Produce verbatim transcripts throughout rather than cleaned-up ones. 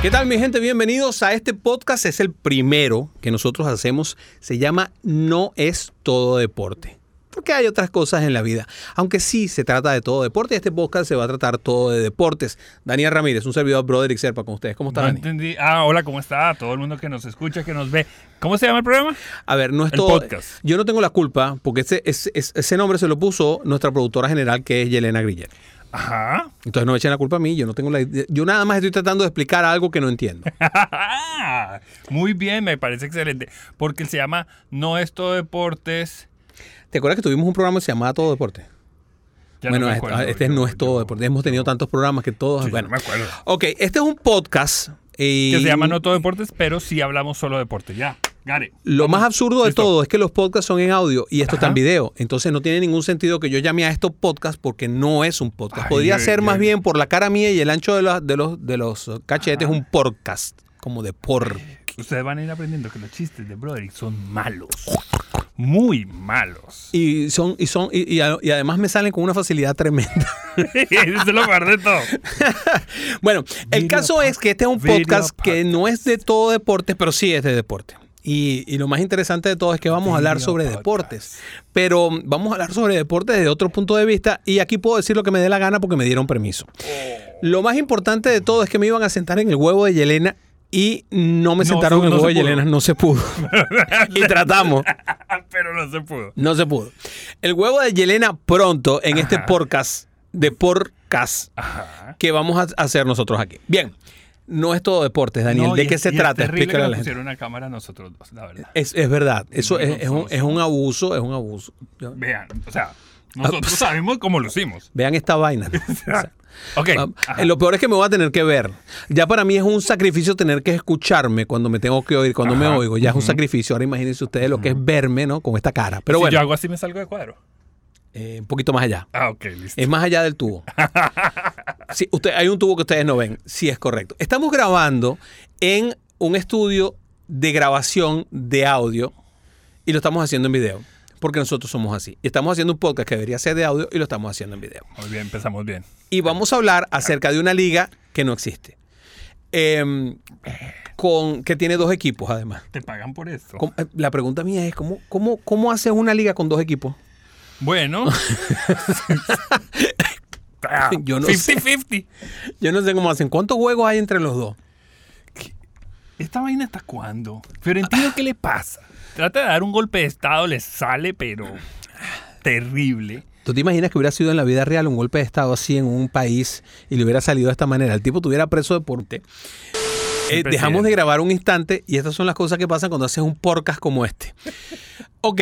¿Qué tal, mi gente? Bienvenidos a este podcast. Es el primero que nosotros hacemos. Se llama No es todo deporte. Porque hay otras cosas en la vida. Aunque sí se trata de todo deporte. Este podcast se va a tratar todo de deportes. Daniel Ramírez, un servidor Broderick Serpa con ustedes. ¿Cómo está, No Dani? entendí. Ah, hola, ¿cómo está? Todo el mundo que nos escucha, que nos ve. ¿Cómo se llama el programa? A ver, no es El todo. podcast. Yo no tengo la culpa porque ese, ese, ese nombre se lo puso nuestra productora general, que es Yelena Griller. Ajá. Entonces no me echen la culpa a mí. Yo no tengo la idea. Yo nada más estoy tratando de explicar algo que no entiendo. Muy bien, me parece excelente. Porque él se llama No es todo deportes. ¿Te acuerdas que tuvimos un programa que se llamaba Todo Deporte? Ya Bueno, no me este, acuerdo, este yo- no es todo yo- deporte. Hemos tenido yo- tantos programas que todos... Sí, bueno. no me acuerdo. Ok, este es un podcast. Y Que se llama No todo deportes, pero sí hablamos solo deporte. Ya, Gare. Lo más absurdo de Listo. todo es que los podcasts son en audio y esto está en Ajá. video. Entonces no tiene ningún sentido que yo llame a esto podcast porque no es un podcast. Ay, Podría ay, ser ay. más bien por la cara mía y el ancho de, la- de los, de los cachetes, un podcast. Como de por... Ustedes van a ir aprendiendo que los chistes de Broderick son malos. Muy malos. Y son y son y, y a- y además me salen con una facilidad tremenda. Eso es lo peor de todo. Bueno, el Video caso es que este es un Video podcast que podcast. no es de todo deporte, pero sí es de deporte. Y, y lo más interesante de todo es que vamos a hablar Video sobre podcast. deportes. Pero vamos a hablar sobre deportes desde otro punto de vista. Y aquí puedo decir lo que me dé la gana porque me dieron permiso. Lo más importante de todo es que me iban a sentar en el huevo de Yelena y no me No, sentaron en el no huevo se de pudo. Yelena. No se pudo. Y tratamos. Pero no se pudo. No se pudo. El huevo de Yelena pronto en este Ajá. podcast de podcast Ajá. que vamos a hacer nosotros aquí. Bien, no es todo deportes, Daniel. No, ¿De y qué es- se y es trata? terrible Explícale a que la nos gente. pusieron una cámara a nosotros dos, la verdad. Es, es verdad, eso es, Muy es un, es un abuso, es un abuso. Yo- Vean, o sea, nosotros sabemos cómo lo hicimos. Vean esta vaina. ¿no? O sea, Ok. ah, ajá. lo peor es que me voy a tener que ver. Ya para mí es un sacrificio tener que escucharme cuando me tengo que oír, cuando me Ajá, oigo. Ya es un ujú. sacrificio. Ahora imagínense ustedes lo que es verme, ¿no? Con esta cara. Pero si bueno, yo hago así me salgo de cuadro. eh, un poquito más allá. Ah, ok, listo. Es más allá del tubo. Sí, usted, hay un tubo que ustedes no ven. Sí, es correcto. Estamos grabando en un estudio de grabación de audio y lo estamos haciendo en video. Porque nosotros somos así. Y estamos haciendo un podcast que debería ser de audio y lo estamos haciendo en video. Muy bien, empezamos bien. Y vamos a hablar acerca de una liga que no existe. Em, con, que tiene dos equipos, además. ¿Te pagan por esto? ¿Cómo- eh, La pregunta mía es, ¿cómo, cómo, cómo haces una liga con dos equipos? Bueno. Ah, Yo no sé. cincuenta cincuenta. Yo no sé cómo hacen. ¿Cuántos juegos hay entre los dos? ¿Esta vaina hasta cuándo? Fiorentino, ¿qué le pasa? Trata de dar un golpe de estado, le sale, pero terrible. ¿Tú te imaginas que hubiera sido en la vida real un golpe de estado así en un país y le hubiera salido de esta manera? El tipo tuviera preso de porte. Eh, presidente. dejamos de grabar un instante y estas son las cosas que pasan cuando haces un podcast como este. Ok,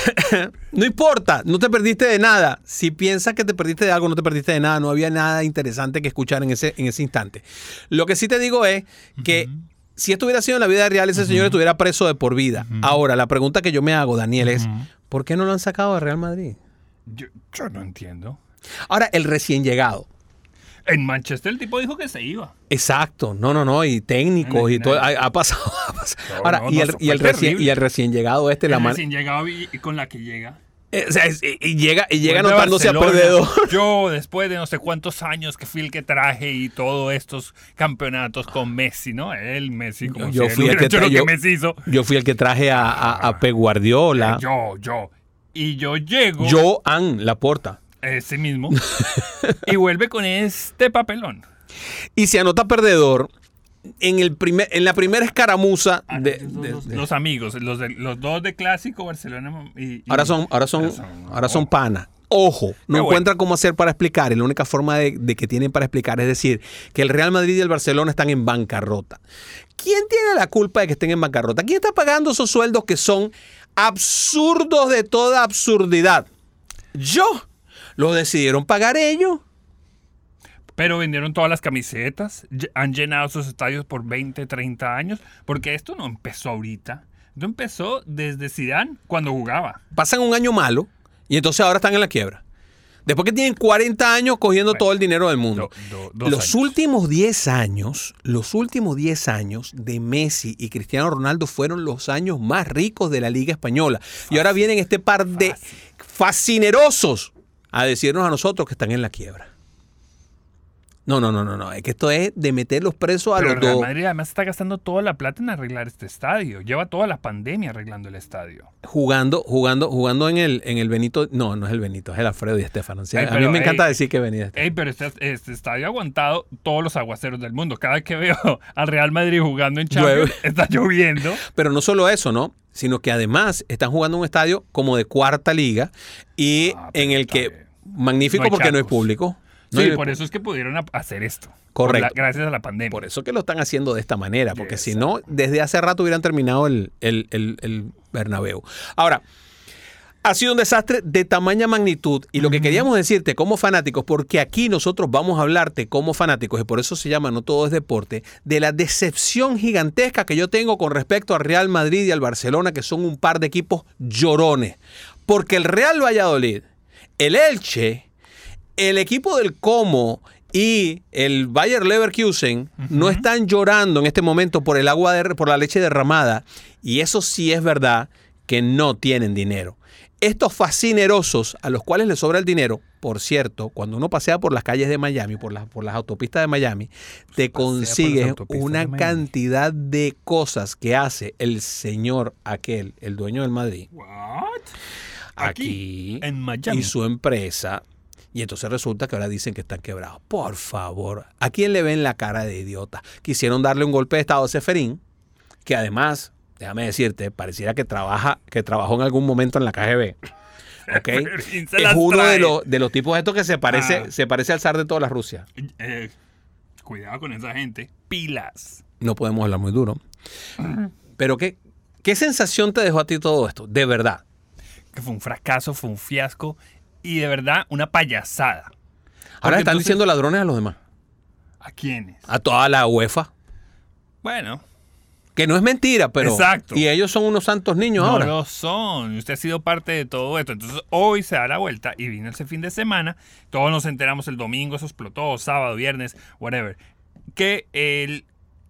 no importa, no te perdiste de nada. Si piensas que te perdiste de algo, no te perdiste de nada. No había nada interesante que escuchar en ese, en ese instante. Lo que sí te digo es que si esto hubiera sido en la vida real, ese señor estuviera preso de por vida. Ahora, la pregunta que yo me hago, Daniel, es Ujú. ¿por qué no lo han sacado de Real Madrid? Yo, yo no entiendo. Ahora, el recién llegado. En Manchester el tipo dijo que se iba. Exacto, no, no, no, y técnicos y No, todo, no. ha, ha pasado, ha pasado. No, Ahora, no, y, no, el, eso y, el fue recién, terrible. y el recién llegado este, la El man, recién llegado y, y con la que llega. eh, o sea, es- y, y llega, y llega Vuelve notándose a Barcelona. perdedor. Yo, después de no sé cuántos años que fui el que traje y todos estos campeonatos con Messi, ¿no? Él, Messi, como Yo si él fui el hubiera que hecho tra- lo yo- que Messi hizo. Yo fui el que traje a, a, a Pep Guardiola, Yo, yo. Y yo llego, Joan Laporta, ese mismo, y vuelve con este papelón. y se anota perdedor en, el primer, en la primera escaramuza Ah, de... los, de- los- de- los amigos, los, de- los dos de Clásico, Barcelona y... y- ahora son, ahora son, ahora son- ahora son panas. Ojo, no bueno. encuentran cómo hacer para explicar. Y la única forma de, de que tienen para explicar es decir que el Real Madrid y el Barcelona están en bancarrota. ¿Quién tiene la culpa de que estén en bancarrota? ¿Quién está pagando esos sueldos que son absurdos de toda absurdidad? Yo. ¿Lo decidieron pagar ellos? Pero vendieron todas las camisetas, ll- han llenado sus estadios por veinte, treinta años, porque esto no empezó ahorita. Esto empezó desde Zidane cuando jugaba. Pasan un año malo y entonces ahora están en la quiebra. Después que tienen cuarenta años cogiendo Bueno, todo el dinero del mundo. do- do- dos los años. últimos diez años, los últimos diez años de Messi y Cristiano Ronaldo fueron los años más ricos de la Liga Española. Y ahora vienen este par de Fácil. fascinerosos a decirnos a nosotros que están en la quiebra. No, no, no, no, no. Es que esto es de meter los presos a Pero los el Real dos. Madrid además está gastando toda la plata en arreglar este estadio. Lleva toda la pandemia arreglando el estadio. Jugando, jugando, jugando en el, en el Benito. No, no es el Benito, es el Alfredo Di Stéfano. Sí, Ey, a pero, mí me encanta ey, decir que venía este. Ey, pero este, este estadio ha aguantado todos los aguaceros del mundo. Cada vez que veo al Real Madrid jugando en Champions, Llueve. está lloviendo. Pero no solo eso, ¿no? Sino que además están jugando un estadio como de cuarta liga y Ah, pero en el está que, bien. magnífico No hay porque no hay charcos. público. No Sí, hay- por eso es que pudieron ap- hacer esto. Correcto. Por la- gracias a la pandemia. Por eso que lo están haciendo de esta manera, porque Yes. si no, desde hace rato hubieran terminado el, el, el, el Bernabéu. Ahora, ha sido un desastre de tamaña magnitud y lo que queríamos decirte como fanáticos, porque aquí nosotros vamos a hablarte como fanáticos y por eso se llama No Todo es Deporte, de la decepción gigantesca que yo tengo con respecto al Real Madrid y al Barcelona, que son un par de equipos llorones. Porque el Real Valladolid, el Elche, el equipo del Como y el Bayer Leverkusen uh-huh. no están llorando en este momento por el agua de, por la leche derramada, y eso sí es verdad que no tienen dinero. Estos fascinerosos a los cuales les sobra el dinero, por cierto, cuando uno pasea por las calles de Miami, por las, por las autopistas de Miami, te consigues una cantidad de cosas que hace el señor aquel, el dueño del Madrid. What? Aquí, Aquí en Miami. Y su empresa. Y entonces resulta que ahora dicen que están quebrados. Por favor, ¿a quién le ven la cara de idiota? Quisieron darle un golpe de estado a Ceferín, que además, déjame decirte, pareciera que trabaja, que trabajó en algún momento en la K G B. ¿Okay? Es uno trae. de los, de los tipos estos que se parece, Ah. se parece al zar de toda la Rusia. Eh, cuidado con esa gente. Pilas. No podemos hablar muy duro. Pero ¿qué, qué sensación te dejó a ti todo esto? De verdad. Que fue un fracaso, fue un fiasco y de verdad una payasada. Ahora Porque están entonces, diciendo ladrones a los demás. ¿a quiénes? A toda la UEFA. Bueno, Que no es mentira, pero... Exacto. Y ellos son unos santos niños no ahora. lo son. Usted ha sido parte de todo esto. Entonces hoy se da la vuelta y vino ese fin de semana. Todos nos enteramos el domingo, eso explotó, sábado, viernes, whatever. Que él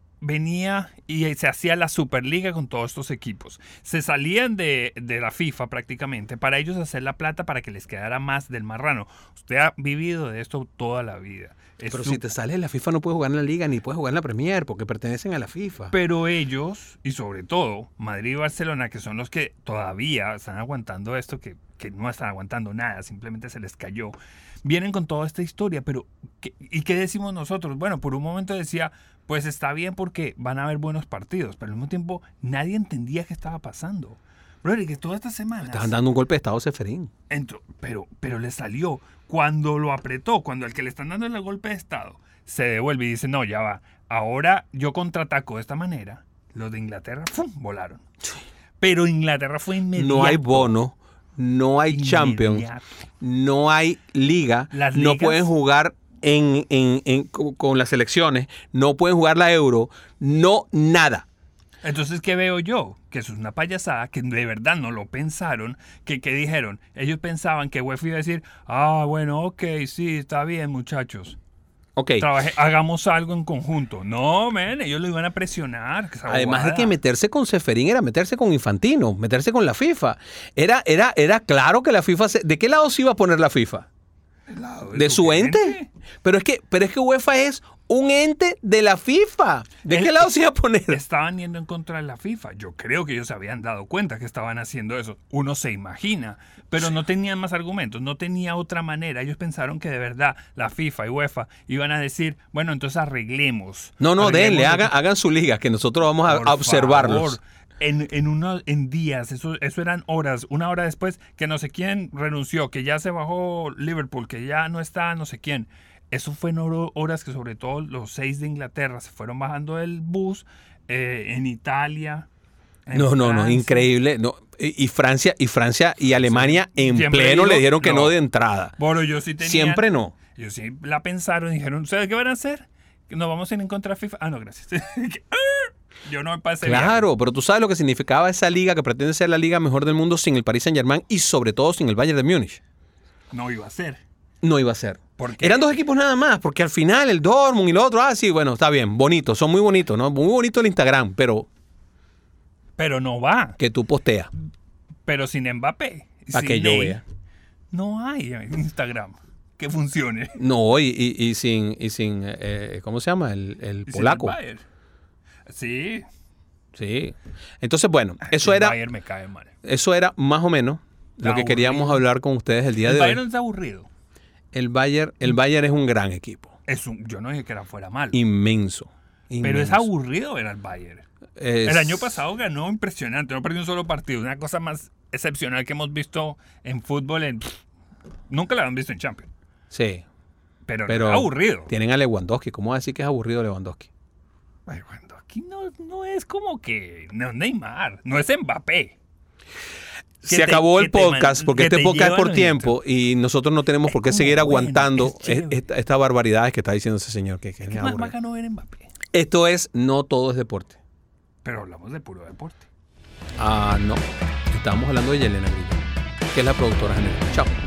venía y se hacía la Superliga con todos estos equipos. Se salían de, de la FIFA prácticamente para ellos hacer la plata para que les quedara más del marrano. Usted ha vivido de esto toda la vida. Es Pero su- si te sales de la FIFA no puedes jugar en la Liga ni puedes jugar en la Premier porque pertenecen a la FIFA. Pero ellos, y sobre todo Madrid y Barcelona, que son los que todavía están aguantando esto, que, que no están aguantando nada, simplemente se les cayó, vienen con toda esta historia. Pero ¿qué, ¿y qué decimos nosotros? Bueno, por un momento decía, pues está bien porque van a haber buenos partidos, pero al mismo tiempo nadie entendía qué estaba pasando. Brother, que toda esta semana Estaban dando un golpe de estado a Ceferín. entró, pero, pero le salió. Cuando lo apretó, cuando el que le están dando el golpe de estado se devuelve y dice, no, ya va, ahora yo contraataco de esta manera, los de Inglaterra, ¡fum!, volaron. Pero Inglaterra fue inmediato. No hay bono, no hay Inmediato. Champions, no hay Liga, Las no ligas- pueden jugar en, en- en- con con las selecciones, no pueden jugar la Euro, no nada. Entonces, ¿qué veo yo? Que eso es una payasada, que de verdad no lo pensaron, que, que dijeron, ellos pensaban que UEFA iba a decir, ah, bueno, ok, sí, está bien, muchachos. Ok. Trabaje, hagamos algo en conjunto. No, men, ellos lo iban a presionar. que esa Además de bobada. que meterse con Ceferín era meterse con Infantino, meterse con la FIFA. Era, era, era claro que la FIFA... Se, ¿de qué lado se iba a poner la FIFA? ¿De su ente? Pero es que, pero es que UEFA es un ente de la FIFA. ¿De El- qué lado se iba a poner? Estaban yendo en contra de la FIFA. Yo creo que ellos se habían dado cuenta que estaban haciendo eso. Uno se imagina, pero no tenían más argumentos, no tenía otra manera. Ellos pensaron que de verdad la FIFA y UEFA iban a decir, bueno, entonces arreglemos. No, no, arreglemos denle, lo hagan, que- hagan su liga, que nosotros vamos a, Por a observarlos. favor. En, en, uno, en días, eso, eso eran horas, una hora después, que no sé quién renunció, que ya se bajó Liverpool, que ya no está no sé quién. Eso fue en oro- horas que sobre todo los seis de Inglaterra se fueron bajando del bus, eh, en Italia. en No, no, no, Francia. increíble. No, y, y Francia, y Francia y Alemania en Siempre pleno digo, le dijeron que no, no. de entrada. Bueno, yo sí tenía, Siempre no. Ellos sí la pensaron y dijeron, ¿ustedes qué van a hacer? ¿Que ¿Nos vamos a ir en contra de FIFA? Ah, no, gracias. Yo no me pasé. Claro, pero tú sabes lo que significaba esa liga que pretende ser la liga mejor del mundo sin el Paris Saint-Germain y sobre todo sin el Bayern de Múnich. No iba a ser. No iba a ser. ¿Por qué? Eran dos equipos nada más, porque al final el Dortmund y el otro, ah, sí, bueno, está bien, bonito, son muy bonitos, ¿no? Muy bonito el Instagram, pero Pero no va. que tú posteas Pero sin Mbappé. para sin que yo Ney, vea. No hay en Instagram. que funcione. No, y, y, y sin, y sin eh, ¿cómo se llama? El, el Y sin polaco. el Bayern. Sí. Sí. Entonces, bueno, eso el era, Bayern me cae mal. eso era más o menos lo Está que queríamos aburrido. hablar con ustedes el día El de Bayern hoy. no está aburrido. El Bayern, el Bayern es un gran equipo. Es un, yo no dije que era fuera malo. Inmenso. Pero es inmenso. aburrido ver al Bayern. Es- El año pasado ganó impresionante, no perdió un solo partido. Una cosa más excepcional que hemos visto en fútbol. En, nunca la han visto en Champions. Sí. Pero, Pero no es aburrido. tienen a Lewandowski. ¿Cómo va a decir que es aburrido Lewandowski? Ay, bueno, aquí no, no es como que. No es Neymar, no es Mbappé. Se Que te- acabó el que te podcast man- porque que este te podcast es llevan por los tiempo y nosotros no tenemos Es por qué como seguir bueno, aguantando es chévere. es- esta- estas barbaridades que está diciendo ese señor. Que, que es ¿Qué más aburrido. bacano ver Mbappé? Esto es No Todo es Deporte. Pero hablamos de puro deporte. Ah, no. Estamos hablando de Yelena Grillo, que es la productora general. Chao.